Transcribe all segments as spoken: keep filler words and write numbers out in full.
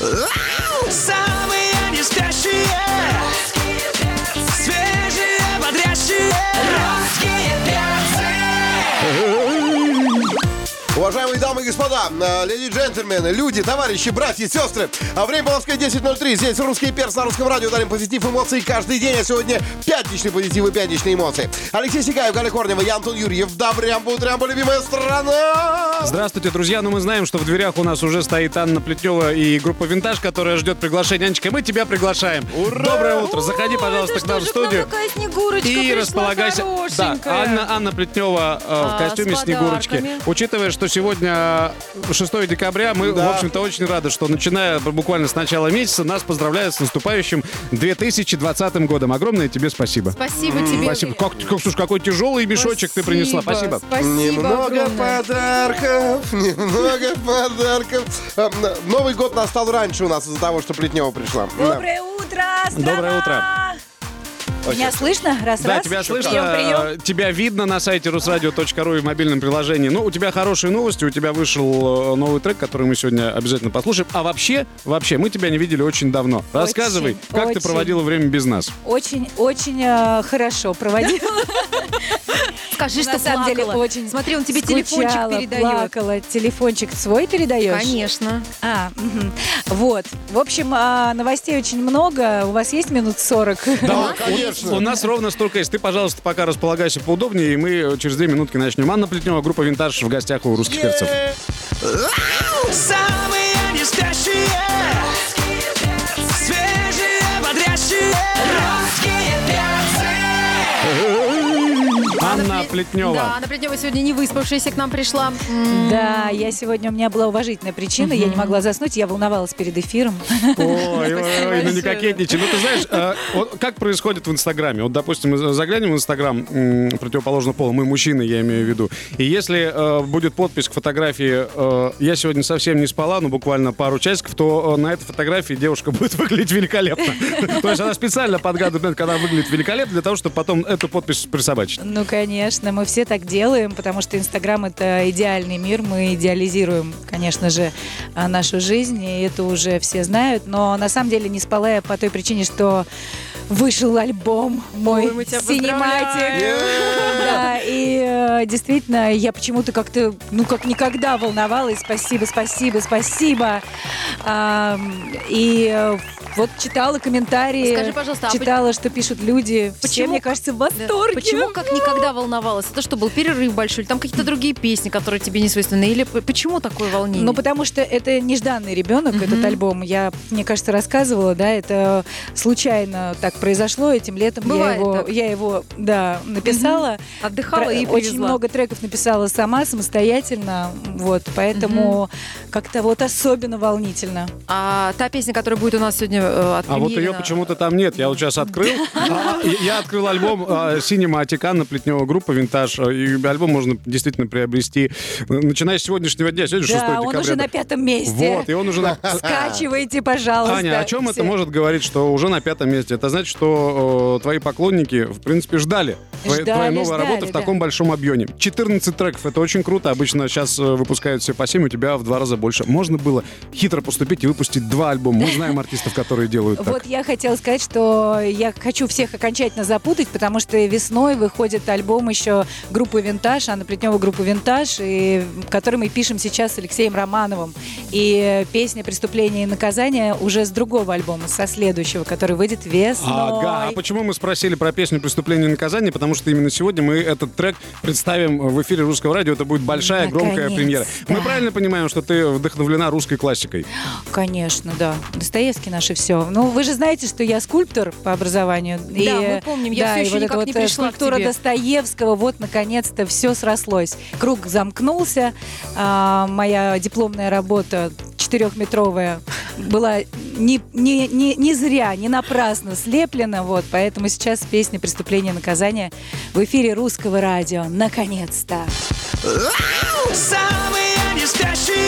Самые не спящие, свежие, бодрящие русские перцы. Уважаемые дамы и господа, леди и джентльмены, люди, товарищи, братья, сестры. Время по Москве десять ноль три. Здесь русские перцы на русском радио. Дарим позитив, эмоции каждый день. А сегодня пятничный позитив и пятничные эмоции. Алексей Сигаев, Галя Корнева, я Антон Юрьев. Добрям, бутрям, любимая страна. Здравствуйте, друзья. Ну, мы знаем, что в дверях у нас уже стоит Анна Плетнева и группа «Винтаж», которая ждет приглашения. Анечка, мы тебя приглашаем. Ура! Доброе утро. Заходи, О, пожалуйста, это к нам в что же, студию. к нам такая Снегурочка И пришла располагайся. Да, хорошенькая. Анна, Анна Плетнева э, в А, костюме с Снегурочки. подарками. Учитывая, что сегодня шестое декабря, мы, Да. в общем-то, очень рады, что, начиная буквально с начала месяца, нас поздравляют с наступающим две тысячи двадцатым годом. Огромное тебе спасибо. Спасибо тебе. Спасибо. Как, как, слушай, какой тяжелый мешочек ты принесла. Спасибо. Спасибо Немного огромное. подарков, немного подарков. А, м, Новый год настал раньше у нас из-за того, что Плетнева пришла. Доброе утро, страна! Доброе утро. Меня слышно? Раз, Да, раз. тебя слышно, Прием, прием. э, тебя видно на сайте русрадио точка ру и в мобильном приложении. Ну, у тебя хорошие новости, у тебя вышел э, новый трек, который мы сегодня обязательно послушаем. А вообще, вообще, мы тебя не видели очень давно. Рассказывай, как очень. ты проводила время без нас. Очень, очень э, хорошо проводила. Скажи, что На самом деле, плакала. очень Смотри, он тебе скучала, телефончик передает. плакала. Телефончик свой передаешь? Конечно. А, мгм. Вот. В общем, а, новостей очень много. У вас есть минут сорок? Да, конечно. У нас ровно столько есть. Ты, пожалуйста, пока располагайся поудобнее, и мы через две минутки начнем. Анна Плетнева, группа «Винтаж» в гостях у русских перцев. Самые не спящие, свежие, бодрящие русские перцы. Анна Плетнева. Да, Анна Плетнева сегодня не выспавшаяся к нам пришла. М, Да, я сегодня, у меня была уважительная причина, я не могла заснуть, я волновалась перед эфиром. Ой, ой, ой, ну не большое. кокетничай. Ну, ты знаешь, э, вот как происходит в Инстаграме? Вот, допустим, мы заглянем в Инстаграм м, противоположного пола, мы мужчины, я имею в виду. И если э, будет подпись к фотографии э, «Я сегодня совсем не спала», ну, буквально пару часиков, то э, на этой фотографии девушка будет выглядеть великолепно. То есть она специально подгадывает, когда выглядит великолепно, для того, чтобы потом эту подпись присобачить. Ну, конечно, мы все так делаем, потому что Инстаграм — это идеальный мир, мы идеализируем, конечно же, а, нашу жизнь, и это уже все знают, но на самом деле не спала я по той причине, что вышел альбом мой Ой, мы тебя «Синематик». Да, и э, действительно, я почему-то как-то, ну, как никогда волновалась. Спасибо, спасибо, спасибо. А, и э, вот читала комментарии, Скажи, пожалуйста, а читала, что пишут люди. Все, Почему- мне кажется, в да. восторге. Почему как никогда волновалась? Это что, был перерыв большой? Или там какие-то другие песни, которые тебе не свойственны? Или п- почему такое волнение? Ну, потому что это нежданный ребенок, этот альбом. Я, мне кажется, рассказывала, да, это случайно так произошло этим летом. Бывает я его, так. я его, да, написала. Отдыхала Про- и Очень привезла. много треков написала сама, самостоятельно. Вот, поэтому как-то вот особенно волнительно. А та песня, которая будет у нас сегодня э, от А вот ее премьерена- почему-то там нет. Я вот сейчас открыл. А, Я открыл альбом «Синематик», Анна Плетнева, группа «Винтаж». И альбом можно действительно приобрести, начиная с сегодняшнего дня. Сегодня шестое Да, он декабря. уже на пятом месте. Вот, и он уже на... Скачивайте, пожалуйста. Аня, о чем это Все. может говорить, что уже на пятом месте? Это значит, что э, твои поклонники, в принципе, ждали. Твоя, Ждали, твоя новая ждали, работа в да. таком большом объеме. четырнадцать треков, это очень круто. Обычно сейчас э, выпускают все по семь, у тебя в два раза больше. Можно было хитро поступить и выпустить два альбома. Мы знаем артистов, которые делают так. Вот я хотела сказать, что я хочу всех окончательно запутать, потому что весной выходит альбом еще группы «Винтаж», Анна Плетнева, группа «Винтаж», и, который мы пишем сейчас с Алексеем Романовым. И песня «Преступление и наказание» уже с другого альбома, со следующего, который выйдет весной. Ага, а почему мы спросили про песню «Преступление и наказание»? Потому что именно сегодня мы этот трек представим в эфире Русского радио. Это будет большая, громкая Наконец-то. премьера. Мы правильно понимаем, что ты вдохновлена русской классикой? Конечно, да. Достоевский наше все. Ну, вы же знаете, что я скульптор по образованию. Да, мы помним. Я да, все и еще вот никак эта не вот, э, пришла к скульптура тебе. Достоевского, вот, наконец-то, все срослось. Круг замкнулся. А, моя дипломная работа четырехметровая была не, не, не, не зря, не напрасно слеплена. Вот, поэтому сейчас песня «Преступление и наказание» в эфире Русского радио. Наконец-то. Самые не спящие,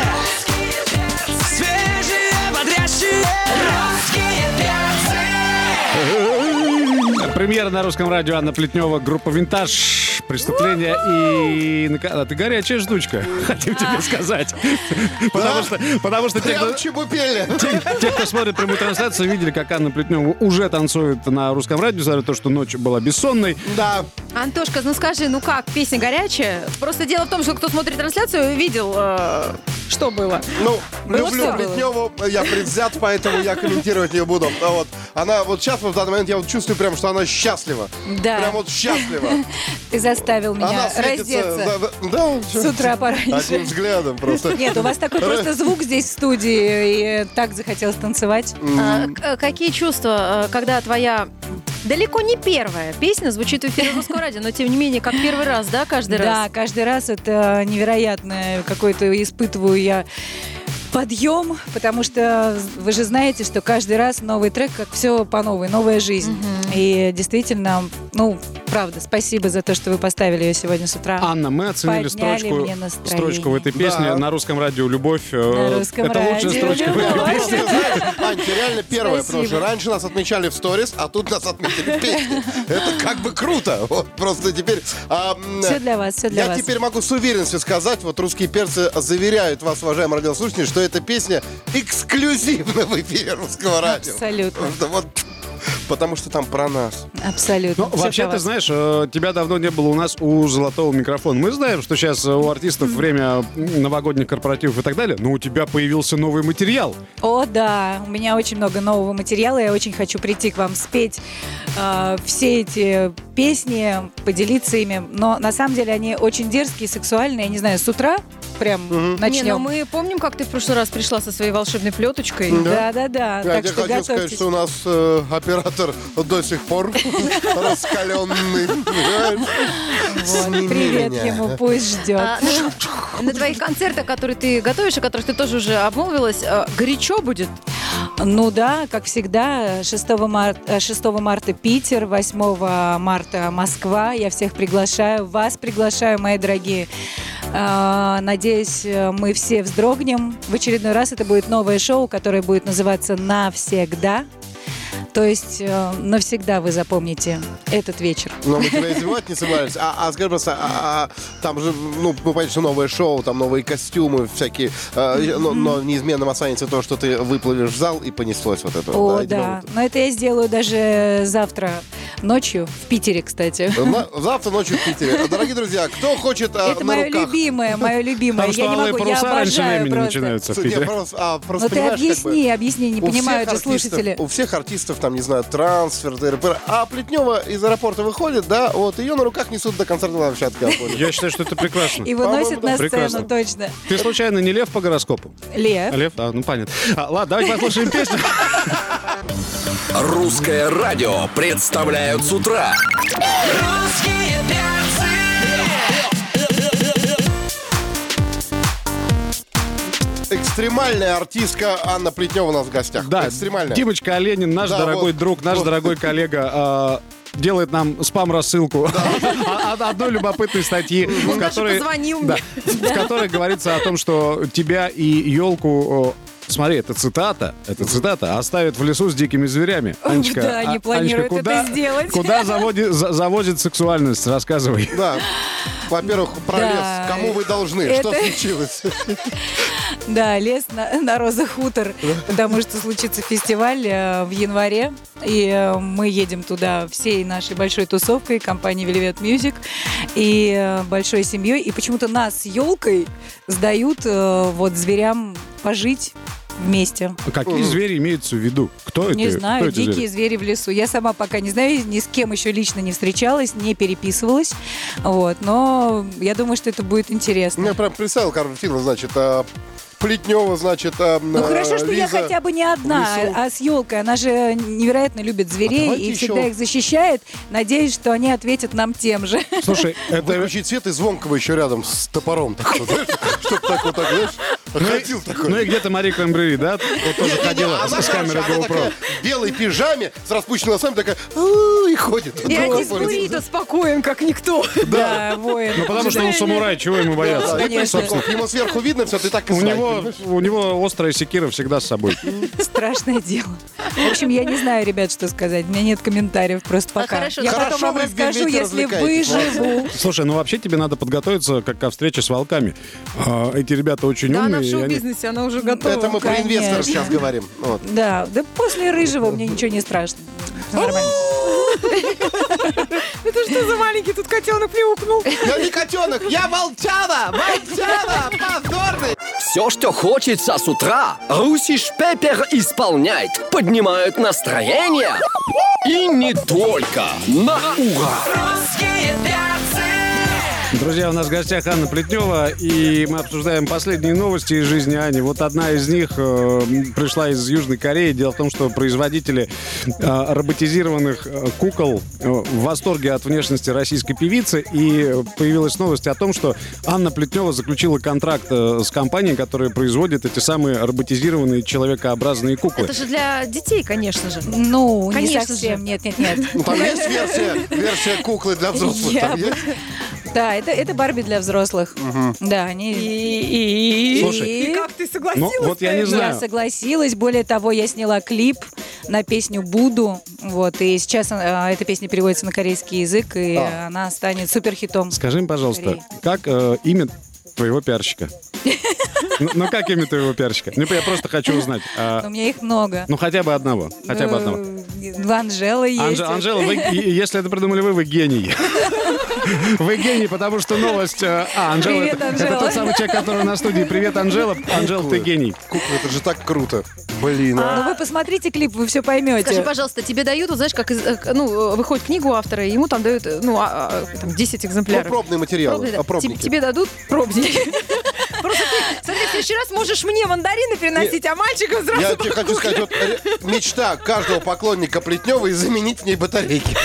свежие, бодрящие русские перцы. Премьера на Русском радио. Анна Плетнева, группа «Винтаж». преступления и... нак- а, Ты горячая штучка, хотим тебе сказать. Потому что, потому что те, кто, Прям чебупели. те, те, кто смотрит прямую трансляцию, видели, как Анна Плетнева уже танцует на русском радио, несмотря на то, что ночь была бессонной. Да. Антошка, ну скажи, ну как, песня горячая? Просто дело в том, что кто смотрит трансляцию, видел, э, что было. Ну, Было люблю все. Плетневу, я предвзят, поэтому я комментировать не буду. А вот она вот сейчас, в данный момент, я вот чувствую прям, что она счастлива. Да. Прям вот счастлива. Ты заставил меня Она светится. раздеться Да, да, да, с утра пораньше. одним взглядом просто. Нет, у вас такой просто звук здесь в студии, и так захотелось танцевать. А, к- какие чувства, э, когда твоя далеко не первая песня звучит в эфире Русского радио, но тем не менее, как первый раз, да, каждый Да, раз? каждый раз это невероятное какой-то испытываю я подъем, потому что вы же знаете, что каждый раз новый трек, как все по новой, новая жизнь. И действительно, ну, правда, спасибо за то, что вы поставили ее сегодня с утра. Анна, мы оценили Подняли строчку, мне настроение. строчку в этой песне Да. на русском радио «Любовь». э, На русском Это лучшая радио строчка в этой «Любовь». песне. Просто, знаешь, Ань, ты реально первая, потому что Спасибо. раньше нас отмечали в сторис, а тут нас отметили в песне. Это как бы круто. Вот просто теперь... а, м, Все для вас, все для Я вас. теперь могу с уверенностью сказать, вот русские перцы заверяют вас, уважаемые радиослушатели, что эта песня эксклюзивна в эфире Русского радио. Абсолютно. Потому что вот- Потому что там про нас. Абсолютно. Ну, Всё вообще, про ты вас. знаешь, э, тебя давно не было у нас у золотого микрофона. Мы знаем, что сейчас у артистов время новогодних корпоративов и так далее, но у тебя появился новый материал. О, да, у меня очень много нового материала. Я очень хочу прийти к вам спеть э, все эти песни, поделиться ими. Но на самом деле они очень дерзкие, сексуальные. Я не знаю, с утра прям начнем. Не, ну мы помним, как ты в прошлый раз пришла со своей волшебной плеточкой. Да-да-да. Я Так тебе что хочу сказать, готовьтесь. что у нас э, оператор до сих пор раскаленный. понимаешь? Вот, Сними привет меня. ему, пусть ждет. А, на, на твоих концертах, которые ты готовишь, о которых ты тоже уже обмолвилась, э, горячо будет? Ну да, как всегда, шестого марта, шестого марта Питер, восьмого марта Москва. Я всех приглашаю, вас приглашаю, мои дорогие. А, Надеюсь, мы все вздрогнем. В очередной раз это будет новое шоу, которое будет называться «Навсегда». То есть э, навсегда вы запомните этот вечер. Но мы тебя издевать не собирались. А, а скажи просто, а, а, там же, ну, мы понимаем, что новое шоу, там новые костюмы всякие, э, но, но неизменным останется то, что ты выплывешь в зал и понеслось вот это. О, вот, да. Но это я сделаю даже завтра ночью в Питере, кстати. На- завтра ночью в Питере. Дорогие друзья, кто хочет а, Это на мое руках... любимое, мое любимое. Потому что Я не алые могу, я паруса раньше обожаю времени просто. начинаются в Не, Питере. просто, а, просто Ну ты понимаешь, как бы, объясни, объясни, не у понимают же всех артистов- слушатели. У всех артистов, там, не знаю, трансфер, ТРП. А Плетнева из аэропорта выходит, да, вот, ее на руках несут до концертной площадки. я понял. Я считаю, что это прекрасно. И выносит По-моему, на да. сцену, Прекрасно. точно. Ты случайно не лев по гороскопу? Лев. Лев? А, ну понятно. А, ладно, давайте послушаем песню. Русское радио представляют с утра. Русские перцы. Экстремальная артистка Анна Плетнева у нас в гостях. Да, Экстремальная. Димочка Оленин, наш Да, дорогой вот, друг, наш вот. дорогой коллега, э, делает нам спам-рассылку от одной любопытной статьи, в Он даже которой, позвонил да, мне. в которой говорится о том, что тебя и елку... Смотри, это цитата, это цитата, оставят в лесу с дикими зверями. Анечка, Да, они а- планируют Анечка, куда, это сделать. Куда заводи- за- завозит сексуальность? Рассказывай. Да. Во-первых, про Да. лес. Кому вы должны? Что Это- случилось? Да, лес на, на Роза Хутор, потому что случится фестиваль э, в январе, и э, мы едем туда всей нашей большой тусовкой, компании Velvet Music, и э, большой семьей, и почему-то нас с елкой сдают э, вот зверям пожить вместе. Какие звери имеются в виду? Кто это? Не Кто знаю, эти звери? дикие звери в лесу. Я сама пока не знаю, ни с кем еще лично не встречалась, не переписывалась, вот, но я думаю, что это будет интересно. Я прям представил картину, значит, а, Плетнева, значит, а, Ну хорошо, что я Лиза хотя бы не одна, в лесу. а с елкой. Она же невероятно любит зверей А давайте и всегда еще- их защищает. Надеюсь, что они ответят нам тем же. Слушай, это... Выключить свет и Звонкого еще рядом с топором. Так вот, знаешь, чтоб так вот так, знаешь, Ходил такой. Ну и где-то Мари Камбрери, да? Вот тоже ходила Она, с камерой короче, она GoPro. такая в белой пижаме с распущенными волосами такая «У-у-у», и ходит. И Дома один с ходит. буррито спокоен, как никто. Да, воин. Ну потому что он самурай, чего ему бояться? Да, и Конечно. Присаков. Ему сверху видно все, ты так и У знаешь, него, понимаешь? у него острая секира всегда с собой. Страшное дело. В общем, я не знаю, ребят, что сказать. У меня нет комментариев просто пока. хорошо. Я Хорошо, потом вам вы в расскажу, Вельвете если развлекаетесь, выживу. Слушай, ну вообще тебе надо подготовиться как ко встрече с волками. А, эти ребята очень Да, она в умные. и они- шоу-бизнесе, она уже готова. Это мы про Конечно. инвесторов сейчас говорим. Вот. Да, да после рыжего мне ничего не страшно. Всё нормально. Это что за маленький тут котенок мяукнул? Я не котенок, я волчара! Волчара! Позорный! Все, что хочется с утра, Русиш Пеппер исполняет. Поднимают настроение. И не только. На ура! Русские перцы! Друзья, у нас в гостях Анна Плетнева, и мы обсуждаем последние новости из жизни Ани. Вот одна из них э, пришла из Южной Кореи. Дело в том, что производители э, роботизированных э, кукол э, в восторге от внешности российской певицы, и появилась новость о том, что Анна Плетнева заключила контракт э, с компанией, которая производит эти самые роботизированные человекообразные куклы. Это же для детей, конечно же. Ну, не Конечно совсем. же. Нет, нет, нет. Ну, там есть версия, версия куклы для взрослых? Там Я- есть? Да, это, это Барби для взрослых. Да, они... И, Слушай, и как ты согласилась? ну, вот я не знаю. Я согласилась. Более того, я сняла клип на песню «Буду». Вот, и сейчас а, эта песня переводится на корейский язык, и А. она станет суперхитом. Скажи мне, пожалуйста, Кореи. как э, имя твоего пиарщика? Ну, ну, как имя твоего пиарщика? Ну, я просто хочу узнать. а, У меня их много. Ну, хотя бы одного. Хотя бы одного. Ну, Анжела есть. Анже- Анжела, вы, и- если это придумали вы, вы гений. Вы гений, потому что новость... э, А, Анжела, Привет, это, Анжела. это тот самый человек, который на студии. Привет, Анжела. Анжела, ты гений. Куклы, это же так круто. Блин, а. Ну вы посмотрите клип, вы все поймете. Скажи, пожалуйста, тебе дают, вот знаешь, как из, э, ну, выходит книгу автора, и ему там дают, э, ну, а, а, там, десять Ну, экземпляров. пробные материалы, Пробные, да. а пробники. Тебе- Тебе дадут пробники. Просто ты, смотри, в следующий раз можешь мне мандарины приносить, а мальчикам сразу Я тебе хочу куклы. сказать, вот ре- мечта каждого поклонника Плетневой заменить в ней батарейки.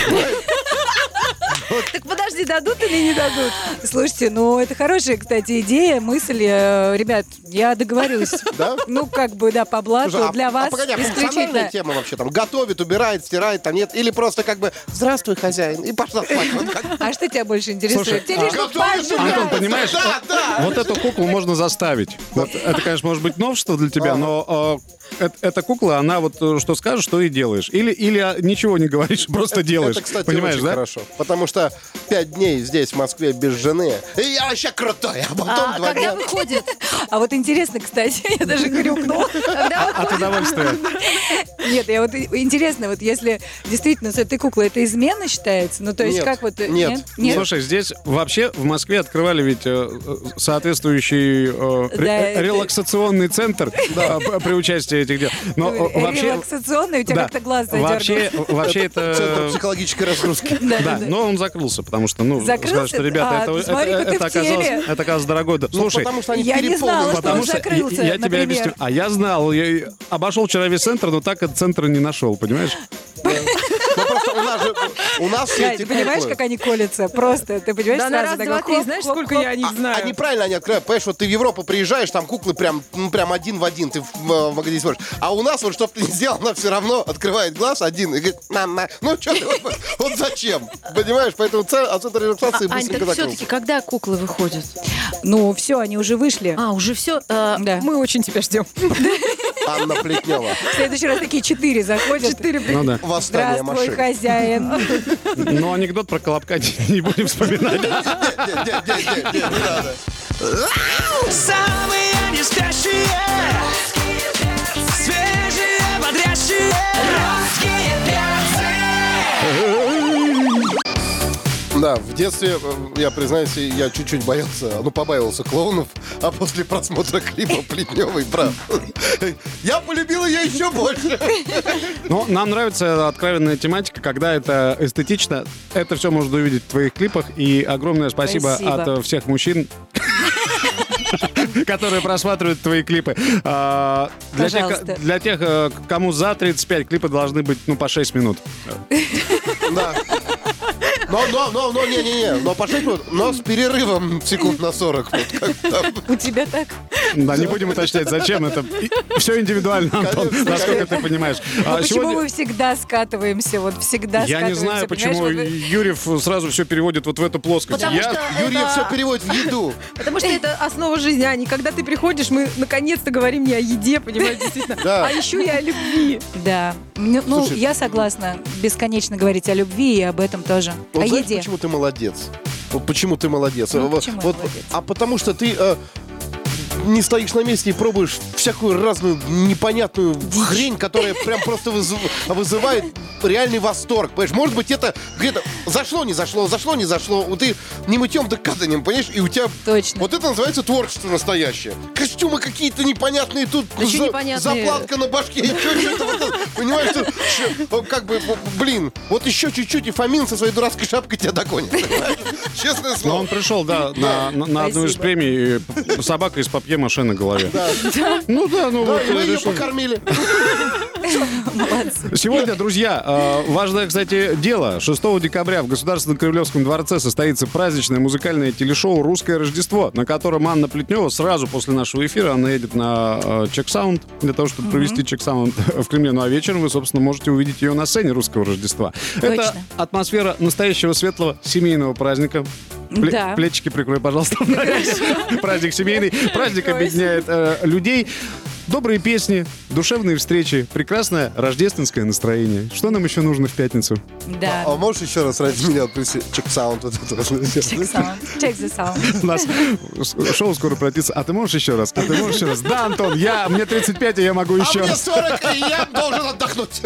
Так подожди, дадут или не дадут? Слушайте, ну это хорошая, кстати, идея, мысль. Э, Ребят, я договорюсь. Да? Ну, как бы, да, по блату Слушай, а- для а вас погоди, а функциональная исключительно. тема вообще там? Готовит, убирает, стирает, там нет? Или просто как бы «Здравствуй, хозяин», и пошла спать. Вот как. А что тебя больше интересует? Слушай, Тебе а- лишь бы Готовишь, спать убираешь. Антон, понимаешь, Да, да. вот эту куклу можно заставить. Вот это, конечно, может быть новшество для тебя, но э, э- эта кукла, она вот э, что скажешь, что и делаешь. Или, или а, ничего не говоришь, просто делаешь. Это, кстати, Понимаешь, очень да? хорошо. Потому что пять дней здесь, в Москве, без жены. И я вообще крутой. А потом А два когда дня... выходит? А вот интересно, кстати, я даже хрюкнула. Когда От удовольствия. Нет, я вот интересно, вот если действительно с этой куклой это измена считается, ну то есть Нет, как вот... э, нет, Нет? Слушай, здесь вообще в Москве открывали ведь э, э, соответствующий э, ре- Да, э, это- релаксационный центр э, п- при участии этих дел. Но э, Э, вообще... Релаксационный, у тебя да, как-то глаз вообще, задергался. вообще Центр это... психологической разгрузки. Да, но он закрылся, потому что, ну, Закрылся? сказали, что, ребята, А, это, ты смотри, это, как ты это в теле. оказалось, это оказалось дорогой. Ну, Слушай, потому что они я не знала, переполнены. что потому он что закрылся, я, я тебе например. объясню. А я знал, я обошел вчера весь центр, но так этот центр не нашел, понимаешь? Ну, просто у нас же... У нас все Кать, эти ты понимаешь, куклы... как они колятся? Просто, ты понимаешь, Да на сразу раз, такой два, три, хлоп, знаешь, хлоп, сколько хлоп. я о них А, знаю? они правильно они открывают. Понимаешь, вот ты в Европу приезжаешь, там куклы прям, ну, прям один в один, ты в, в магазине смотришь. А у нас вот, что ты не сделал, она все равно открывает глаз один и говорит, мама, ну что ты, вот, вот зачем? Понимаешь, поэтому ц- а центр релаксации А, Ань, быстренько так закрылся. все-таки, когда куклы выходят? Ну, все, они уже вышли. А, уже все? Да. Мы очень тебя ждем. Анна Плетнева. В следующий раз такие четыре заходят. Четыре, Ну да. Восстание Здравствуй, машин. хозяин. Но анекдот про Колобка не, не будем вспоминать. Не, не, не, не, не надо. Самые не спящие, свежие, бодрящие, русские Да, в детстве, э, я признаюсь, я чуть-чуть боялся, ну, побаивался клоунов, а после просмотра клипа Плетневой, правда, я полюбил ее еще больше. Но нам нравится откровенная тематика, когда это эстетично. Это все можно увидеть в твоих клипах. И огромное спасибо, Спасибо. от э, всех мужчин, которые просматривают твои клипы. А, Для тех, Пожалуйста. для тех, э, кому за тридцать пять, клипы должны быть, ну, по шесть минут. Да. Но, но, но, но, не-не-не, но по шесть минут, но с перерывом секунд на сорок. Вот как там. У тебя так? Да, не будем уточнять, зачем это. Все индивидуально, Антон, насколько ты понимаешь. А А почему сегодня- мы всегда скатываемся, вот всегда Я не скатываемся, знаю, понимаешь, почему вот вы- Юрьев сразу все переводит вот в эту плоскость. Потому Я- что Юрий это- все переводит в еду. Потому что это основа жизни, Ани. Когда ты приходишь, мы наконец-то говорим не о еде, понимаешь, действительно, Да. а еще и о любви. Да. Ну, ну, Слушай, я согласна бесконечно говорить о любви и об этом тоже. Вот о знаешь, еде. почему ты молодец? Вот почему ты молодец? Ну, Вот- почему я вот- молодец? А потому что ты э, не стоишь на месте и пробуешь всякую разную непонятную хрень, которая прям просто вызыв- вызывает реальный восторг. Понимаешь, может быть, это где-то зашло, не зашло, зашло, не зашло. Вот ты не мытьем, да катанием, понимаешь? И у тебя... Точно. Вот это называется творчество настоящее. Костюмы какие-то непонятные, тут Да чё за- непонятные? заплатка на башке, еще что-то. вот это, Понимаешь, тут щ- как бы, блин, вот еще чуть-чуть, и Фомин со своей дурацкой шапкой тебя догонит. понимаешь? Честное Но слово. он пришел, да, на, на- на одну из Спасибо. премий и собака из папье-маше на голове. Ну да, ну Да, вот. и мы э, ее решил. покормили. Сегодня, друзья, э, важное, кстати, дело. шестого декабря в Государственном Кремлевском дворце состоится праздничное музыкальное телешоу «Русское Рождество», на котором Анна Плетнева сразу после нашего эфира, она едет на э, чек-саунд для того, чтобы провести чек-саунд в Кремле. Ну а вечером вы, собственно, можете увидеть ее на сцене «Русского Рождества». Это Точно. атмосфера настоящего светлого семейного праздника. Пле- Да. Плечики прикрой, пожалуйста. Праздник семейный. Праздник Прикройся. объединяет э, людей. Добрые песни, душевные встречи, прекрасное рождественское настроение. Что нам еще нужно в пятницу? Да. А можешь еще раз ради меня прийти? Чек-саунд вот это вот. Check sound. Check the sound. У нас шоу скоро пройдется. А ты можешь еще раз? А ты можешь еще раз? Да, Антон, я, мне тридцать пять, и я могу А еще мне раз. сорок, и я должен отдохнуть.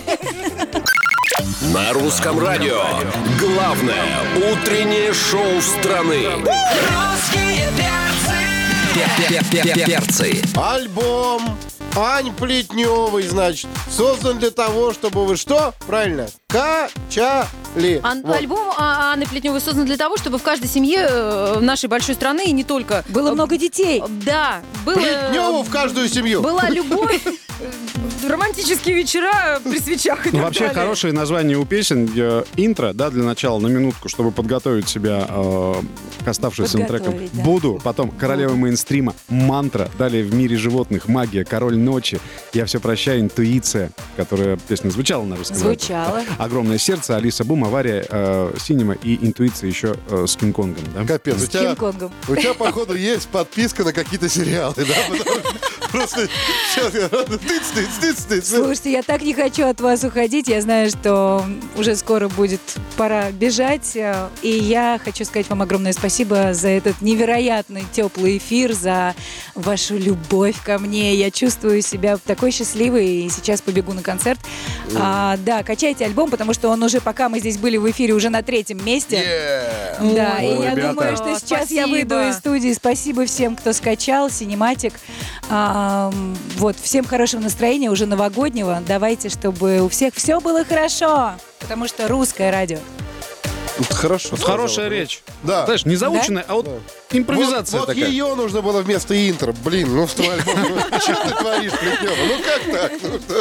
На русском радио. Главное утреннее шоу страны. Русские перцы. Перцы. Альбом Ань Плетневой, значит, создан для того, чтобы вы что? Правильно? Качали. Ан- Вот. Альбом А- Анны Плетневой создан для того, чтобы в каждой семье э, нашей большой страны, и не только... Было э, много детей. Да, было... Плетневу в каждую семью. Была любовь, э, романтические вечера при свечах и Ну, так вообще, далее. хорошее название у песен. э, Интро, да, для начала, на минутку, чтобы подготовить себя э, к оставшимся трекам. Подготовить, да. Буду, потом королева мейнстрима, мантра, далее в мире животных, магия, король ночи, я все прощаю, интуиция, которая песня звучала на русском. Звучала. радио. Огромное сердце, Алиса Бум, авария, э, Синема и интуиция еще э, с Кинг-Конгом, да? Капец, у С тебя, Кинг-Конгом. у тебя, походу, есть подписка на какие-то сериалы, да? Потому что Просто сейчас я тыц, тыц, тыц, тыц. Слушайте, я так не хочу от вас уходить. Я знаю, что уже скоро будет пора бежать. э, И я хочу сказать вам огромное спасибо за этот невероятный теплый эфир, за вашу любовь ко мне. Я чувствую себя такой счастливой и сейчас побегу на концерт. А, да, качайте альбом, потому что он уже, пока мы здесь были в эфире, уже на третьем месте. Yeah. Да, Ой, и я ребята. думаю, что сейчас я Спасибо. выйду из студии. Спасибо всем, кто скачал, Синематик. А, м, вот, всем хорошего настроения, уже новогоднего. Давайте, чтобы у всех все было хорошо, потому что русское радио. Хорошо. Вот хорошая речь. Да. Знаешь, не заученная, а вот импровизация Вот, вот такая. ее нужно было вместо интро. Блин, ну что, альбом, ну, что ты творишь, Плетнева? Ну как так? Ну, что?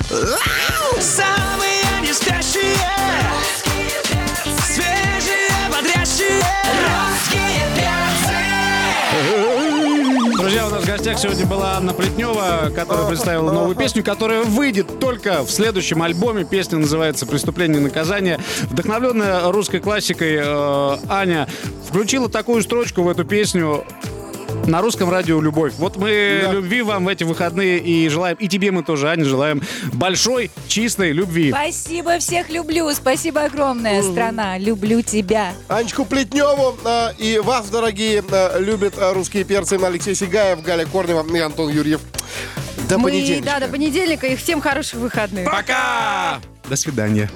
Самые не спящие, свежие, бодрящие, русские перцы. Друзья, у нас в гостях сегодня была Анна Плетнева, которая представила новую песню, которая выйдет только в следующем альбоме. Песня называется «Преступление и наказание». Вдохновленная русской классикой, э, Аня включила такую строчку в эту песню: на русском радио «Любовь». Вот мы Да. любви вам в эти выходные и желаем, и тебе мы тоже, Аня, желаем большой, чистой любви. Спасибо, всех люблю. Спасибо огромное, страна. Люблю тебя. Анечку Плетневу э, и вас, дорогие, э, любят э, русские перцы Алексей Сигаев, Галя Корнева и Антон Юрьев. До Мы, понедельника. да, до понедельника. И всем хороших выходных. Пока! До свидания.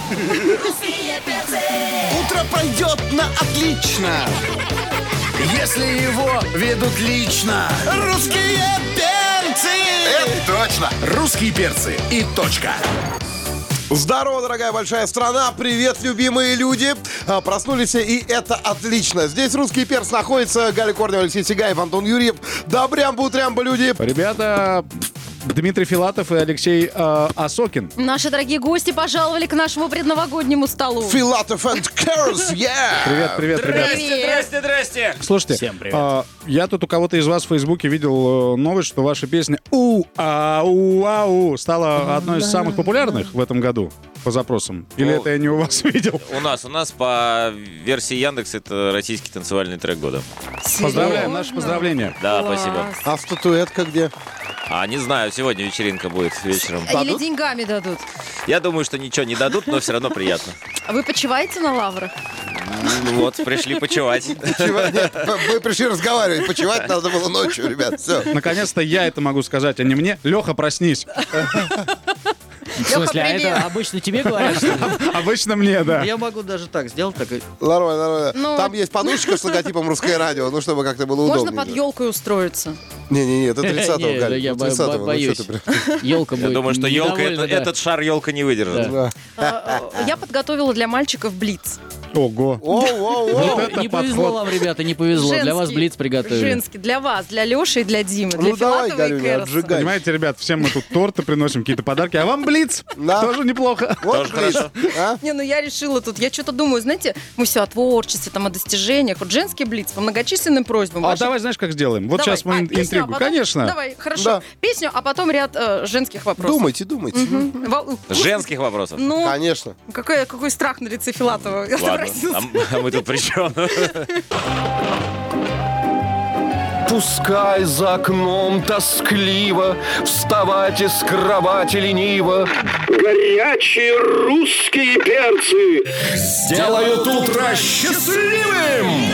Утро пройдет на отлично, если его ведут лично. Русские перцы! Это точно! Русские перцы и точка. Здорово, дорогая большая страна! Привет, любимые люди! А, Проснулись, и это отлично. Здесь русский перц находится. Галя Корнева, Алексей Сигаев, Антон Юрьев. Добрям-бутрям, люди! Ребята, Дмитрий Филатов и Алексей э, Осокин. Наши дорогие гости пожаловали к нашему предновогоднему столу. Филатов and Curse, yeah! Привет, привет, ребят. Здрасте, здрасте. Слушайте, Всем привет. а, я тут у кого-то из вас в Фейсбуке видел э, новость, что ваша песня «У-ау-ау» стала одной из самых популярных в этом году по запросам. Или Ну, это я не у вас видел? У нас, у нас по версии Яндекс это российский танцевальный трек года. Поздравляем, наши поздравления. Да, Класс. спасибо. А статуэтка где? А, не знаю, сегодня вечеринка будет вечером. Или деньгами дадут. Я думаю, что ничего не дадут, но все равно приятно. А вы почиваете на лаврах? Ну вот, пришли почевать. Чего? Нет, мы пришли разговаривать, почевать надо было ночью, ребят, все. Наконец-то я это могу сказать, а не мне. Леха, проснись. В смысле, а привет. это обычно тебе говорят, что ли? Обычно мне, да. Я могу даже так сделать, так и... Нормально, нормально. Ну- Там есть подушечка с логотипом «Русское радио», ну, чтобы как-то было удобнее. Можно под елкой устроиться. Не-не-не, это тридцатого, Не, Галь. да я ну, бо- тридцатого, бо- ну, боюсь. что ты прям- Елка Я будет думаю, что елка, недовольна, это- да. этот шар елка не выдержит. Да. А, а, Я подготовила для мальчиков блиц. Ого. Оу-оу-оу. Вот это Не повезло подход. вам, ребята, не повезло. Для вас Женский. блиц приготовили. Женский. Для вас, для Леши и для Димы. Для Ну давай, Филатова и Галюня, Кэроса. отжигай. Понимаете, ребят, всем мы тут торты приносим, какие-то подарки, а вам блиц. Да. Тоже неплохо. Вот, Тоже блин, хорошо. а? Не, ну я решила тут, я что-то думаю, знаете, мы все о творчестве, там, о достижениях. Вот женский блиц по многочисленным просьбам. А Ваши- давай, знаешь, как сделаем? Вот Давай. сейчас мы А, ин- песню, а интригу. потом- Конечно. Давай, хорошо. Да. Песню, а потом ряд э, женских вопросов. Думайте, думайте. Мгм. Вол- Женских вопросов. Ну, Конечно. какой, какой страх на лице Филатова. Я Ладно, спросила. а м- а мы тут при чем? Пускай за окном тоскливо вставать из кровати лениво. Горячие русские перцы сделают утро счастливым.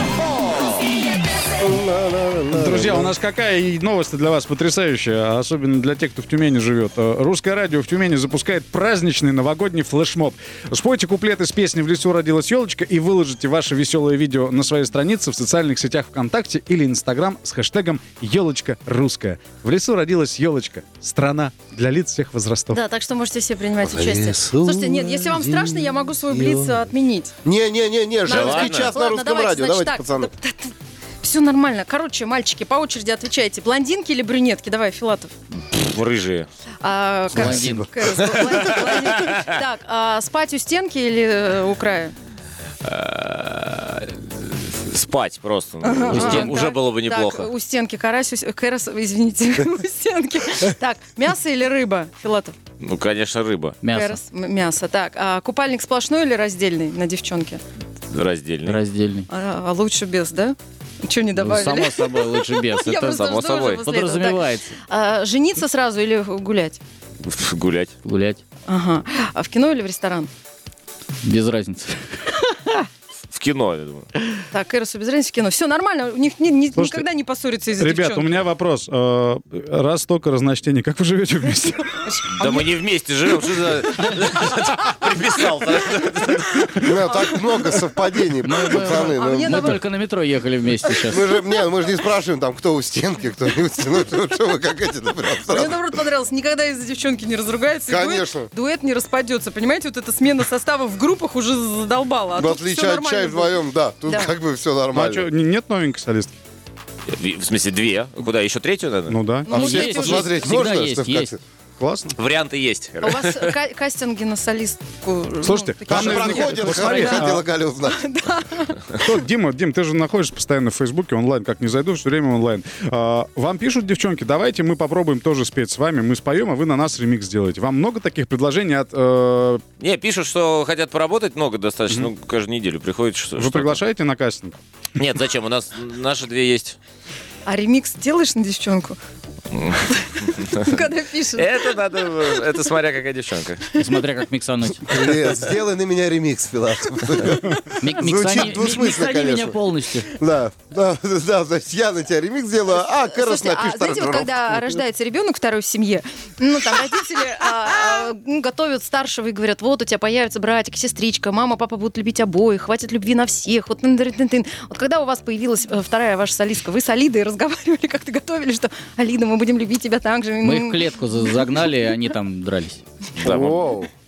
Друзья, у нас какая и новость для вас потрясающая, особенно для тех, кто в Тюмени живет. Э, Русское радио в Тюмени запускает праздничный новогодний флешмоб. Спойте куплет из песни «В лесу родилась елочка» и выложите ваше веселое видео на своей странице в социальных сетях ВКонтакте или Инстаграм с хэштегом «Елочка русская». В лесу родилась елочка. Страна для лиц всех возрастов. Да, так что можете все принимать В участие. лесу Слушайте, нет, если вам страшно, я могу свой блиц э, отменить. Не-не-не-не, женский ладно. час на Ладно, русском давайте, радио. значит, Давайте, так, пацаны. Все нормально. Короче, мальчики, по очереди отвечайте. Блондинки или брюнетки? Давай, Филатов. Рыжие. А, Кэрос, Блондин. Кэрос, блондин, блондин. Так, а спать у стенки или э, у края? Спать просто. Ага, Уже- ага. Уже Так, было бы неплохо. Так, у стенки карась, у с- Кэрос, извините, у стенки. Так, мясо или рыба, Филатов? Ну, конечно, рыба. Мясо. Кэрос, м- мясо. Так, а купальник сплошной или раздельный на девчонке? Раздельный. Раздельный. А, а лучше без, да? Что не Ну, добавили? само собой, лучше без. Я Это просто само жду собой. уже после этого. Так, подразумевается. а, жениться сразу или гулять? Гулять. Гулять. Ага. А в кино или в ресторан? Без разницы. В кино, я думаю. Так, Кэросу без разницы в кино. Все нормально, у них ни- ни- Слушайте, никогда не поссорятся из-за Ребят, девчонки. у меня вопрос. Э, Раз столько разночтений, как вы живете вместе? Да мы не вместе живем, что за... Приписал. Ну, так много совпадений, пацаны. а ну. мне Мы наоборот- только на метро ехали вместе сейчас. Мы же, не, мы же не спрашиваем, там, кто у стенки, кто не у стенки. Ну, что вы как эти, например, Мне сразу. наоборот понравилось, никогда из-за девчонки не разругаются. и дуэт- Конечно. Дуэт, не распадется. Понимаете, вот эта смена состава в группах уже задолбала. А В тут отличие всё от нормально чая было. вдвоем, да, тут Да. как бы все Ну, а нормально. что, нет новенькой солистки? В смысле, две? Куда, еще третью надо? Ну да. А Ну, всех есть, посмотреть всегда можно? есть, что в есть. кассе? Классно. Варианты есть. А у вас ка- кастинги на солистку? ну, Слушайте, такие там Там же наверняка- проходит, Посмотри, хорошо, а- хотела Галя узнать. Кто, Дима, Дим, ты же находишься постоянно в Фейсбуке онлайн, как не зайду, все время онлайн. А, вам пишут девчонки, давайте мы попробуем тоже спеть с вами, мы споем, а вы на нас ремикс сделаете. Вам много таких предложений от... э, Не, пишут, что хотят поработать много достаточно. Ну, каждую неделю приходит что вы что-то. приглашаете на кастинг? Нет, зачем? У нас наши две есть. А ремикс делаешь на девчонку? Когда пишешь. Это надо... Это смотря какая девчонка. Смотря как миксануть. Привет, сделай на меня ремикс, Филатов. Мик- Звучит Миксани двусмысленно, миксани меня конечно. полностью. Да, да, да, значит, я на тебя ремикс сделаю, а Кэрос Слушайте, а напишет знаете, вот аранжировку. когда рождается ребенок второй в семье, ну, там родители а, а, ну, готовят старшего и говорят, вот у тебя появится братик, сестричка, мама, папа будут любить обоих, хватит любви на всех. Вот, тын-тын-тын-тын. Вот когда у вас появилась э, вторая ваша солистка, вы с Алидой разговаривали, как-то готовили, что Алида, мы будем любить тебя так же. Мы их Ну, в клетку за- загнали, и они там дрались. Да, мы- Воу.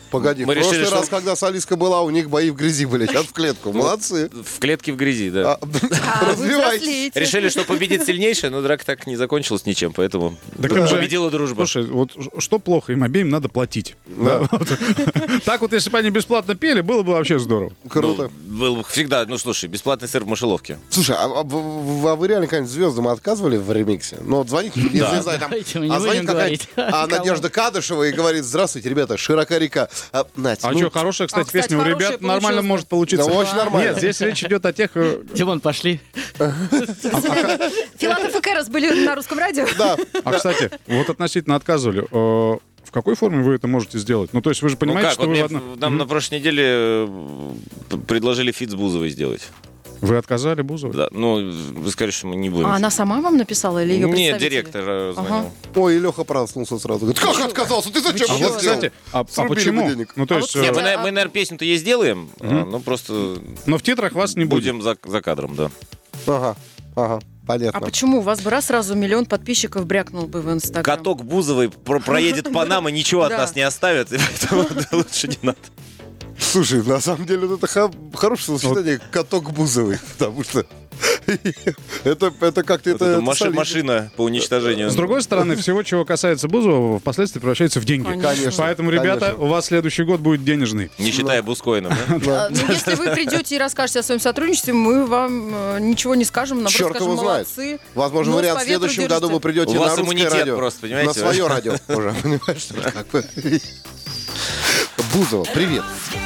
Погоди, Мы в прошлый решили, раз, что- когда Солиска была, у них бои в грязи были. Сейчас в клетку. Молодцы. В клетке в грези, да. А, А, вы Развивайтесь. взрослеете. Решили, что победит сильнейший, но драка так не закончилась ничем, поэтому Так им же- победила дружба. Слушай, вот что плохо, им обеим надо платить. Да, вот. Так вот, если бы они бесплатно пели, было бы вообще здорово. Круто. Ну, был всегда, ну слушай, бесплатный сыр в мышеловке. Слушай, а, а в- а вы реально когда-нибудь звездам отказывали в ремиксе? Ну, вот звонит, если, не знаю, там, Давайте мы не а звонит будем какая-нибудь говорить. а, Надежда Кадышева и говорит: здравствуйте, ребята, широка река. А, Нать, А ну, что, хорошая, кстати, А, кстати, песня у хорошая ребят нормально получилась. может получиться. Да, очень нормально. Нет, здесь речь идет о тех... э, Димон, пошли. Филатов и Кэрос были на русском радио. Да. А, кстати, вот относительно отказывали. э, В какой форме вы это можете сделать? Ну, то есть вы же Ну понимаете, как, что вот вы мне в одно- нам на прошлой неделе э, предложили фит с Бузовой сделать. Вы отказали Бузову? Да, ну, вы скажете, что мы не будем. А она сама вам написала или ее Нет, представители? директор э, звонил. Ой, и Леха проснулся сразу. Говорит: как отказался? Ты зачем А это вот, сделал? кстати, а, а Срубили бы почему? денег. Ну, то А есть, вот Не, э, мы, а- на- мы, наверное, песню-то ей сделаем, а, ну просто но в титрах вас не будет. будем за, за кадром, да. Ага, ага, понятно. А почему? У вас бы раз сразу миллион подписчиков брякнул бы в Инстаграм. Каток Бузовой про- проедет по нам и ничего от Да. нас не оставит, и поэтому лучше не надо. Слушай, на самом деле это хо- хорошее сочетание каток Бузовый, потому что это, это как-то Вот это, эта это маши- солидно. машина по уничтожению. С другой стороны, всего, чего касается Бузова, впоследствии превращается в деньги. Конечно. Поэтому, ребята, Конечно. у вас следующий год будет денежный. Не считая Бускоином, да? А, ну, если вы придете и расскажете о своем сотрудничестве, мы вам э, ничего не скажем, наоборот, Черт скажем, его знает. молодцы. Возможно, Но вариант с в следующем поветру году вы держите. придете У вас на русское иммунитет радио. просто, понимаете? На свое радио уже, понимаешь? что ли, как бы. Бузова, привет.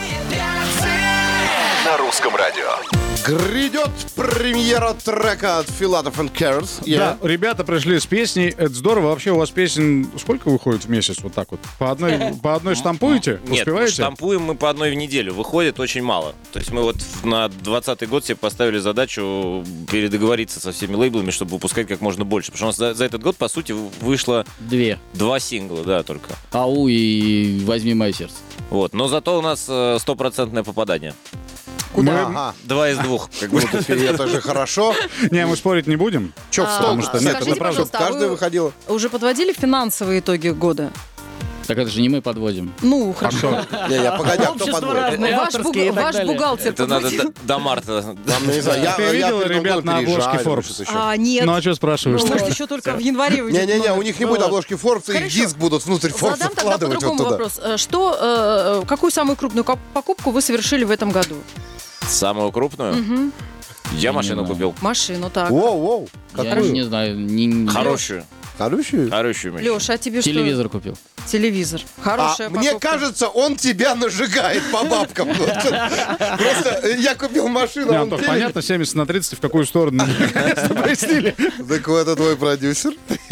На русском радио. Грядет премьера трека от Филатов and Кэрос. Да, ребята пришли с песней. Это здорово. Вообще у вас песен сколько выходит в месяц? Вот так вот. По одной, по одной штампуете? Нет, Успеваете? штампуем мы по одной в неделю. Выходит очень мало. То есть мы вот на двадцатый год себе поставили задачу передоговориться со всеми лейблами, чтобы выпускать как можно больше. Потому что у нас за, за этот год, по сути, вышло Две. два сингла, да, только. Ау и возьми мое сердце. Вот. Но зато у нас э, стопроцентное попадание. Куда? Ага. Два из двух. Как бы. Ну, теперь это же хорошо. Не, мы спорить не будем. Че, в А, стол? что нет, скажите, это правда. пожалуйста, а Каждая вы выходила. уже подводили финансовые итоги года? Так это же не мы подводим. Ну, хорошо. Не-не, погоди, а кто Общество подводит? разное, Ваш, авторские и буг- так ваш далее. бухгалтер Это надо подводил? до, до марта. Там, не знаю, я, Ты я видела перед Новым ребят годом на обложке переезжаю, Forbes? что-то еще. А, нет. Ну а что спрашиваешь? Ну, может, еще только в январе выйдет Не-не-не, номер. у них не будет обложки Forbes, их Хорошо. диск будут внутрь Forbes Задам тогда вкладывать вот по-другому туда. вопрос. Э, Что, э, какую самую крупную коп- покупку вы совершили в этом году? Самую крупную? Я машину знаю. купил. Машину, так. Воу-воу. Я Какую? не знаю. не- Хорошую. Хорошую? Хорошую машину. Леша, а тебе Телевизор купил. что? Телевизор. Хорошая А, мне покупка. кажется, он тебя нажигает по бабкам. Просто э, я купил машину, Не, а он Антох, телек. понятно, семьдесят на тридцать в какую сторону. Наконец-то пояснили. Так вот, это твой продюсер.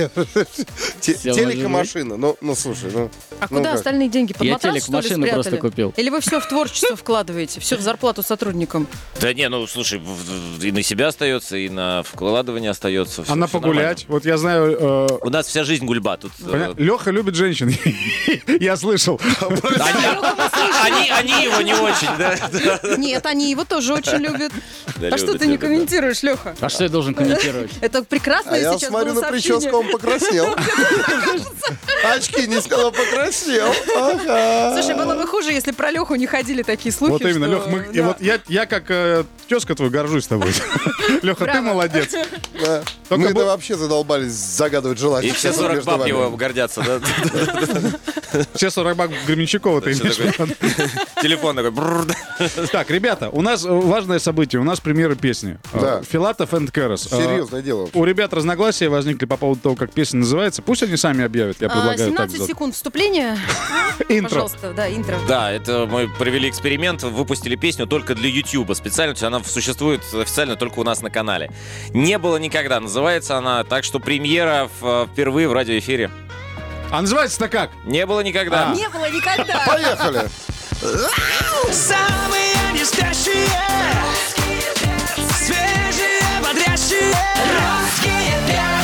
Те- Всё, Телек и может машина. Ну, ну, слушай, ну. А ну куда как? остальные деньги? Под Я матрас, телек, что ли, машину спрятали? просто купил. Или вы все в творчество вкладываете? Все в зарплату сотрудникам? Да не, ну слушай, в- в- и на себя остается, и на вкладывание остается. всё- А на всё погулять? Вот я знаю... э, нормально. У нас вся жизнь гульба. Тут, э, Леха любит женщин. Я слышал. они, они- они его не очень, да? да, Нет, они его тоже очень любят. да, А что любят, ты не любят, да. комментируешь, Леха? А что я должен комментировать? Это А прекрасное я сейчас смотрю было на сообщение. прическу, он покраснел. Очки не сказал, покраснел. Ага. Слушай, было бы хуже, если про Леху не ходили такие слухи. Вот именно, что- Лех, мы, и да. вот я, я как э, тезка твой горжусь тобой. Леха, ты Браво. молодец. Да. Только Мы-то бу- вообще задолбались загадывать желание. И все сорок баб его гордятся, да? Все сорок бак Гременщикова ты Всё имеешь в такое. виду. Телефон такой. бррр. Так, ребята, у нас э, важное событие, у нас премьера песни. Да. Э, Филатов энд Кэрос. Э, Серьезное дело. У ребят разногласия возникли по поводу того, как песня называется. Пусть они сами объявят, я А, предлагаю так. семнадцать сделать. секунд вступления. Интро. Пожалуйста, да, интро. Да, это мы провели эксперимент, выпустили песню только для YouTube специально, то есть она существует официально только у нас на канале. Не было никогда, называется она, так что премьера в- впервые в радиоэфире. А называется-то как? Не было никогда. А. Не было никогда. Поехали. Самые не спящие, свежие, бодрящие, русские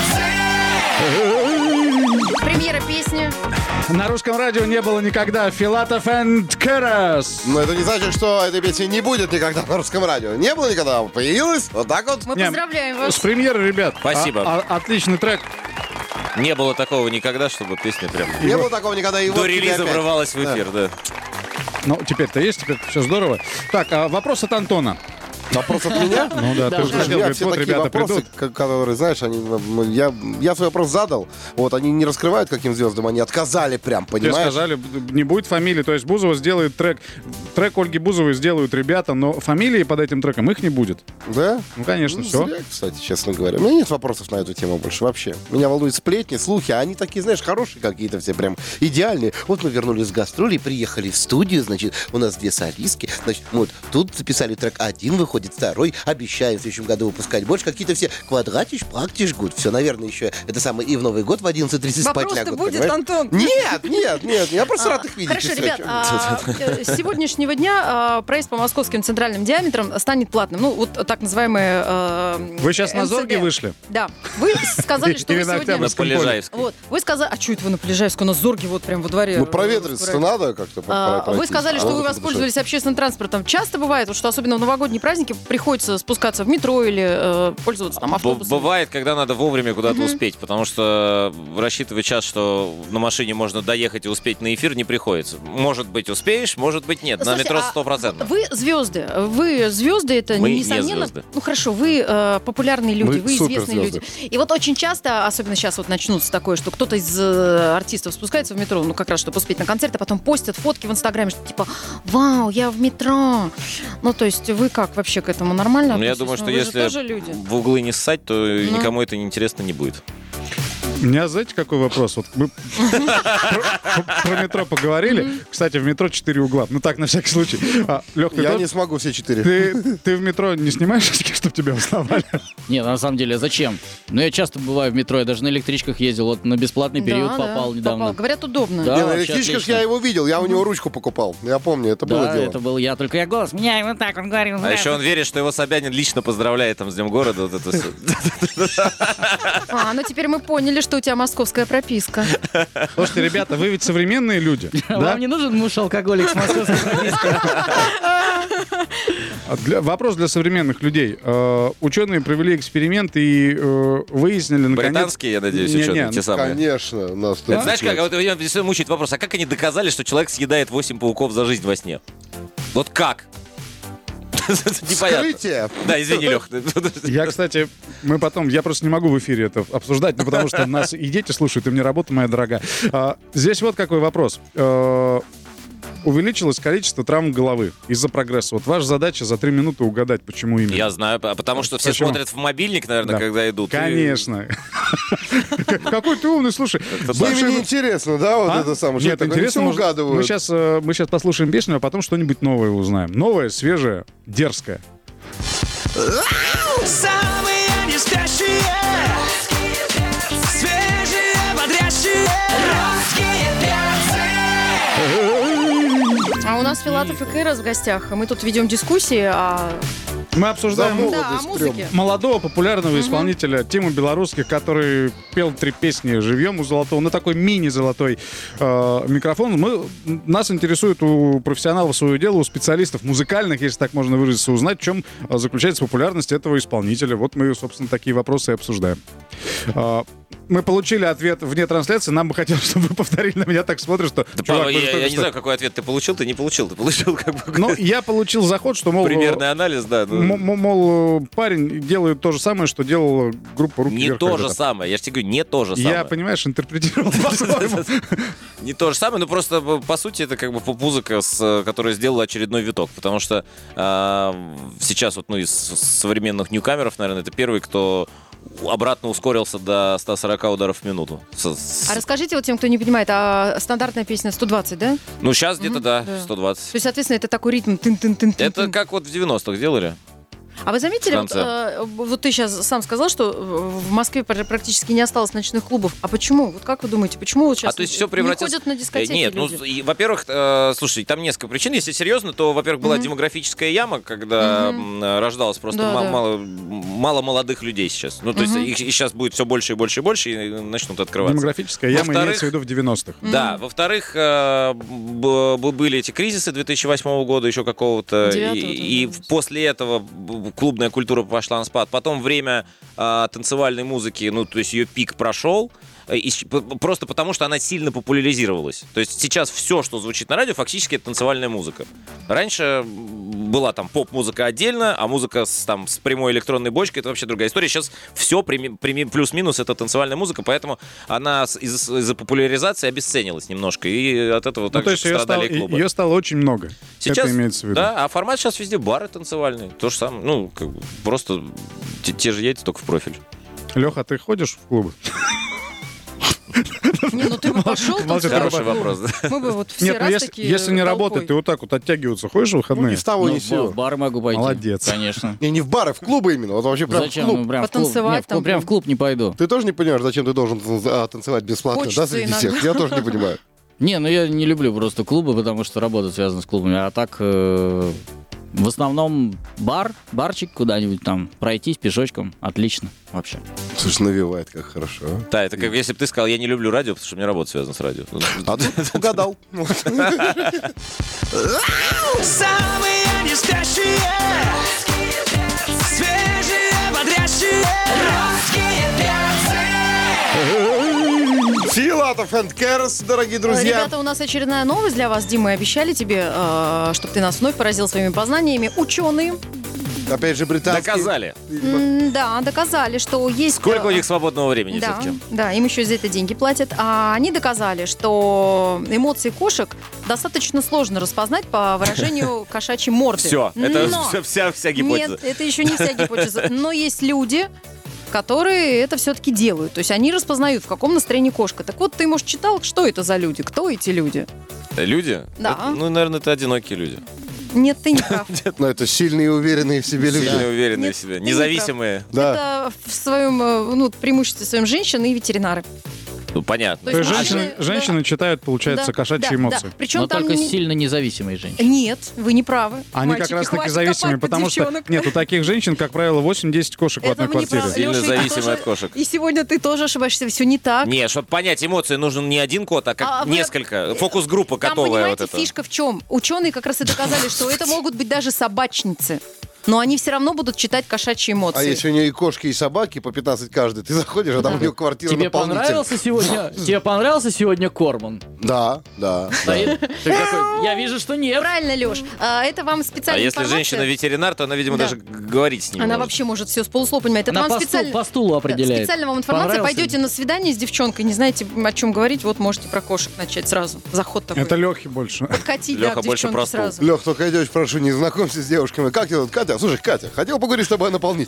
перцы. Премьера песни. На русском радио не было никогда Филатов энд Кэрос. Но это не значит, что этой песни не будет никогда на русском радио. Не было никогда, а появилась. Вот так вот. Мы Не, поздравляем С вас. премьерой, ребят. Спасибо. А- а- отличный трек. Не было такого никогда, чтобы песня прям Не было такого никогда. И до вот тебе релиза опять. врывалась в эфир, да. Ну, теперь-то есть, теперь все здорово. Так, а вопрос от Антона. Вопрос от меня? Ну да, ты же Слушай, у хотел, меня говорит, все вот такие ребята вопросы, придут. ко- которые, знаешь, они, ну, я, я свой вопрос задал, вот, они не раскрывают, каким звездам, они отказали прям, Тебе понимаешь? сказали, не будет фамилии, то есть Бузова сделает трек, трек Ольги Бузовой сделают ребята, но фамилии под этим треком их не будет. Да? Ну, конечно, Ну, все. зря, кстати, честно говоря. У меня нет вопросов на эту тему больше вообще. Меня волнуют сплетни, слухи, а они такие, знаешь, хорошие какие-то все, прям идеальные. Вот мы вернулись с гастролей, приехали в студию, значит, у нас две солистки, значит, вот тут записали трек один, выходит второй, обещаем в следующем году выпускать больше, какие-то все квадратиш, практиш, гуд. Все, наверное, еще это самое и в Новый год в одиннадцать тридцать спать Вопрос-то лягут, будет, понимаешь? Антон. Нет, нет, нет, я просто А, рад их видеть. Хорошо, и всё. ребят, а, э, с сегодняшнего дня а, проезд по московским центральным диаметрам станет платным. Ну, вот так называемые э, Вы сейчас на МЦД. Зорге вышли? Да. Вы сказали, что Или вы на сегодня... На Октябрьском поле. Полежаевской. Вот, вы сказали... А что это вы на Полежаевской? У нас Зорги вот прям во дворе. Ну, э, проветриться скоро. надо как-то. А, пройти. Вы сказали, А что вы воздух воспользовались общественным транспортом. Часто бывает, вот, что особенно в новогодние праздники приходится спускаться в метро или э, пользоваться там Б- автобусом? Бывает, когда надо вовремя куда-то успеть, потому что рассчитывать час, что на машине можно доехать и успеть на эфир, не приходится. Может быть, успеешь, может быть, нет. На Слушайте, метро а сто процентов. Вы звезды. Вы звезды, это Мы не несомненно. звезды. Ну хорошо, вы э, популярные люди, Мы вы известные суперзвезды. люди. И вот очень часто, особенно сейчас вот начнутся такое, что кто-то из э, артистов спускается в метро, ну как раз, чтобы успеть на концерт, а потом постят фотки в Инстаграме, что типа, вау, я в метро. Ну то есть вы как вообще к этому нормально Ну, я относитесь? думаю, что Ну, вы же если тоже люди. в углы не ссать, то Ну. никому это неинтересно не будет. У меня, знаете, какой вопрос? Вот мы про- про метро поговорили. Кстати, в метро четыре угла. Ну так, на всякий случай. Лех, ты Я тот- не смогу все четыре. ты, ты в метро не снимаешь очки, чтобы тебя узнавали? Нет, на самом деле, зачем? Ну, я часто бываю в метро, я даже на электричках ездил, вот на бесплатный период Да, да, попал недавно. Говорят, удобно. Да. Не, на вообще электричках отлично. я его видел, я у него ручку покупал. Я помню, это было Да, дело. это был я, только я голос меняю, вот так он говорил. А еще он верит, что его Собянин лично поздравляет там с Днем города. Вот это всё. А, ну теперь мы поняли, что у тебя московская прописка. Слушайте, ребята, вы ведь современные люди. Да? Вам не нужен муж-алкоголик с московской пропиской? А для- вопрос для современных людей. Э, ученые провели эксперимент и э, выяснили, наконец... Британские, я надеюсь, Не-не, ученые, те самые. Конечно, у нас тут Это знаешь как, начинается. вот меня всё мучает вопрос, а как они доказали, что человек съедает восемь пауков за жизнь во сне? Вот как? Непонятно. Вскрытие. Да, извини, Лех. Я, кстати, мы потом, я просто не могу в эфире это обсуждать, ну, потому что нас и дети слушают, и мне работа моя дорогая. А, здесь вот какой вопрос. Э, увеличилось количество травм головы из-за прогресса. Вот ваша задача за три минуты угадать, почему именно. Я знаю, а потому что все Почему? смотрят в мобильник, наверное, Да. когда идут. и- Конечно. Какой ты умный, слушай. Было мне интересно, да, вот А? это самое. Что Нет, такое? интересно. Они может, всё угадывают. Мы сейчас, э, мы сейчас послушаем песню, а потом что-нибудь новое узнаем. Новое, свежее, дерзкое. Самые не спящие, свежие, бодрящие, русские перцы. А у нас Филатов и Кэрос в гостях. Мы тут ведем дискуссии о, Мы обсуждаем Да, да, о молодость музыке. молодого популярного исполнителя Тиму Белорусских, который пел три песни «Живьем» у Золотого, на такой мини-золотой э, микрофон. Мы, нас интересует у профессионалов своего дела, у специалистов музыкальных, если так можно выразиться, узнать, в чем э, заключается популярность этого исполнителя. Вот мы, собственно, такие вопросы и обсуждаем. Э, мы получили ответ вне трансляции. Нам бы хотелось, чтобы вы повторили. На меня так смотрят, что... Да, чувак, Павел, вы же я, только я не что- знаю, какой ответ ты получил, ты не получил, ты получил как бы Ну, я получил заход, что, мол, примерный анализ, да. ну, М- м- мол, парень делает то же самое, что делала группа «Руки Не вверх» то же когда-то. самое, я же тебе говорю, не то же самое. Я, понимаешь, интерпретировал по-своему. Не то же самое, но просто, по сути, это как бы поп-музыка, с- которая сделала очередной виток, потому что а, сейчас вот, ну, из современных ньюкамеров, наверное, это первый, кто обратно ускорился до ста сорока ударов в минуту. С- с- А расскажите вот тем, кто не понимает, а стандартная песня сто двадцать, да? Ну, сейчас где-то, да, да. сто двадцать. То есть, соответственно, это такой ритм тын-тын-тын. Это как вот в девяностых делали. А вы заметили, в вот, конце. э, вот ты сейчас сам сказал, что в Москве пр- практически не осталось ночных клубов. А почему? Вот как вы думаете, почему вот сейчас А то есть все не превратилось... ходят на дискотеки Э, Нет, люди? ну, и, во-первых, э, слушай, там несколько причин. Если серьезно, то, во-первых, была Мгм. демографическая яма, когда Мгм. м, рождалось просто Да, ма- да. мало, мало молодых людей сейчас. Ну, то есть Мгм. их, их сейчас будет все больше и больше и больше, и начнут открываться. Демографическая яма Во-вторых- имеется в виду в девяностых. Да, во-вторых, э, б- б- были эти кризисы две тысячи восьмого года, еще какого-то, и, Девятого, и да, да. после этого б- клубная культура пошла на спад. Потом время э, танцевальной музыки, ну, то есть ее пик прошел, и щ- п- просто потому, что она сильно популяризировалась. То есть сейчас все, что звучит на радио, фактически это танцевальная музыка. Раньше была там поп-музыка отдельно, а музыка с, там, с прямой электронной бочкой — это вообще другая история. Сейчас все плюс-минус — это танцевальная музыка, поэтому она с- из- из-за популяризации обесценилась немножко, и от этого Ну, также то есть ее страдали стало, и клубы. ее стало очень много. Сейчас, Это имеется в виду. да, а формат сейчас везде бары танцевальные. То же самое, ну, как бы просто те, те же яйца, только в профиль. Леха, ты ходишь в клубы? Не, ну ты бы пошел Молчит, танцевать. Хороший вопрос, да. Мы бы вот все Нет, ну раз если, такие если не толпой. работать, ты вот так вот оттягиваться ходишь в Ну, выходные? ни с того, Ну, ни с в сего. бар могу пойти. Молодец. Конечно. Не, не в бары, в клубы именно. Вот вообще прям Зачем? в клуб. Ну, прям в клуб. Потанцевать Не, в клуб- там. прям в клуб не пойду. Ты тоже не понимаешь, зачем ты должен а, танцевать бесплатно, Хочется да, среди иногда. всех? Я тоже не понимаю. Не, ну я не люблю просто клубы, потому что работа связана с клубами. А так, э, в основном бар, барчик куда-нибудь там, пройтись пешочком. Отлично вообще. Слушай, навевает, как хорошо. а. Да, это как если бы ты сказал, я не люблю радио, потому что у меня работа связана с радио. А ты угадал. Самые не спящие, свежие, бодрящие, русские перцы. Филатов энд Кэрс, дорогие друзья. Ребята, у нас очередная новость для вас. Дима, мы обещали тебе, э, чтобы ты нас вновь поразил своими познаниями. Ученые, Опять же, британские. Доказали. м, да, доказали, что есть... Сколько у э, них свободного времени Да, все-таки? да, им еще за это деньги платят. А они доказали, что эмоции кошек достаточно сложно распознать по выражению кошачьей морды. Все, это Но- вся, вся, вся гипотеза. Нет, это еще не вся гипотеза. Но есть люди, которые это все-таки делают. То есть они распознают, в каком настроении кошка. Так вот, ты, может, читал, что это за люди? Кто эти люди? Люди? Да. Это, ну, наверное, это одинокие люди. Нет, ты не прав. Но это сильные и уверенные в себе люди. Сильно уверенные Нет, в себе. ты не Независимые. Да. Это в своем, э, ну, преимуществе своем женщины и ветеринары. Ну, понятно. То То есть есть женщины, да. женщины читают, получается, Да, кошачьи да, эмоции. да. Причем Но там только не- сильно независимые женщины. Нет, вы не правы. Они Мальчики, как раз таки хватит зависимые, копать под потому что... девчонок. Нет, у таких женщин, как правило, восемь-десять кошек в Это одной вы не квартире. правы. Сильно Лёша, и ты зависимые тоже- от кошек. И сегодня ты тоже ошибаешься, все не так. Не, чтобы понять эмоции, нужен не один кот, а как А вы- несколько. Фокус-группа Там, котовая понимаете, вот эта. фишка в чем? Ученые как раз и доказали, что это могут быть даже собачницы. Но они все равно будут читать кошачьи эмоции. А если у нее и кошки, и собаки по пятнадцать каждый, ты заходишь, а там у нее квартира Тебе наполнитель. понравился сегодня? Тебе понравился сегодня Корман? Да, да. Стоит? Ты такой, я вижу, что нет. Правильно, Леш. Это вам А специальная если информация. женщина ветеринар, то она, видимо, Да. даже г- говорить с ним Она может. вообще может все с полуслова понимать. Это Она вам по, сту- специально... по стулу Да, определяет. специально вам информация. Понравился? Пойдете на свидание с девчонкой, не знаете, о чем говорить, вот можете про кошек начать сразу. Заход такой. Это Лехи больше. Подкатить, Лёха да, к больше девчонке про стул. сразу. Лех, только идешь, прошу, не знакомься с девушками. Как тебя зовут? Катя? Слушай, Катя, хотел поговорить с тобой о наполнителе.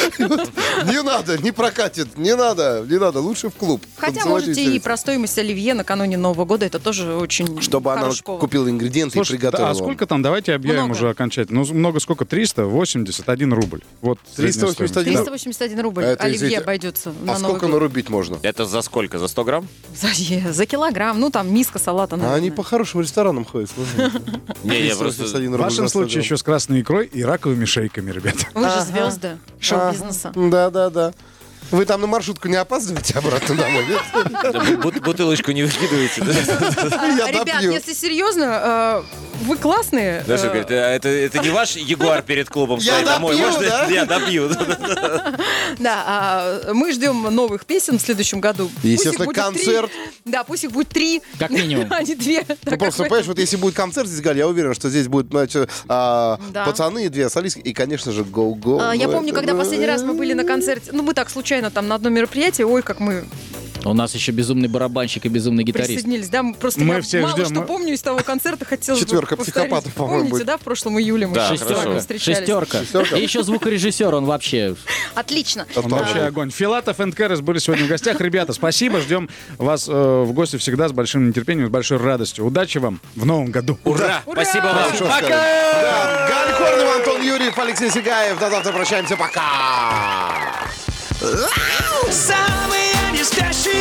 Не надо, не прокатит, не надо, не надо, лучше в клуб. Хотя Танцевать можете и веселиться. про стоимость оливье накануне Нового года, это тоже очень Чтобы она хороший повод. купила ингредиенты Слушай, и приготовила. а сколько там, давайте объявим Много. уже окончательно. Ну, много сколько? триста восемьдесят один рубль. Вот триста средняя восемьдесят один. стоимость. триста восемьдесят один рубль. А это, Оливье извините, обойдется А на Новый сколько год. нарубить можно? Это за сколько? За сто грамм? За, за килограмм. Ну, там миска салата. А наверное. они по хорошим ресторанам ходят. слушай. Не, я триста восемьдесят просто... один В рубль вашем за сто случае грамм. еще с красной икрой и раковыми шейками, ребята. Вы же звезды шоу-бизнеса. Да, да, да. Вы там на маршрутку не опаздываете обратно домой, нет? Да, бут- бутылочку не выкидываете, да? Я А, Ребят, допью. если серьезно, э, вы классные. Даша Э, говорит, а это, это не ваш ягуар перед клубом Я стоит домой? допью, Можно да? я добью? Да, а, мы ждем новых песен в следующем году. Пусть их Естественно, будет три. концерт. Да, пусть их будет три. Как минимум. А не две. Ну, Так, просто, как понимаешь, вот если будет концерт здесь, Галь, я уверен, что здесь будут, значит, а, Да. пацаны, две солистки и, конечно же, гоу-гоу. А, Я Ну, помню, это, когда ну, последний раз мы были на концерте, ну, мы так случайно там на одном мероприятии, ой, как мы У нас еще безумный барабанщик и безумный гитарист. присоединились, да, мы просто Мы я всех мало ждем, что мы- помню из того концерта, хотелось бы Четверка повторить. психопатов, по-моему, Помните, будет. да, в прошлом июле мы Да, с вами хорошо. встречались. Шестерка. Шестерка. И еще звукорежиссер, он вообще... Отлично. Он вообще огонь. Филатов и Кэрс были сегодня в гостях. Ребята, спасибо. Ждем вас э, в гости всегда с большим нетерпением, с большой радостью. Удачи вам в новом году. Ура! Спасибо вам! Хорошо сказано. Да, Галь Корнева, Антон Юрьев, Алексей Сигаев. До завтра прощаемся. Пока! Самые не спящие.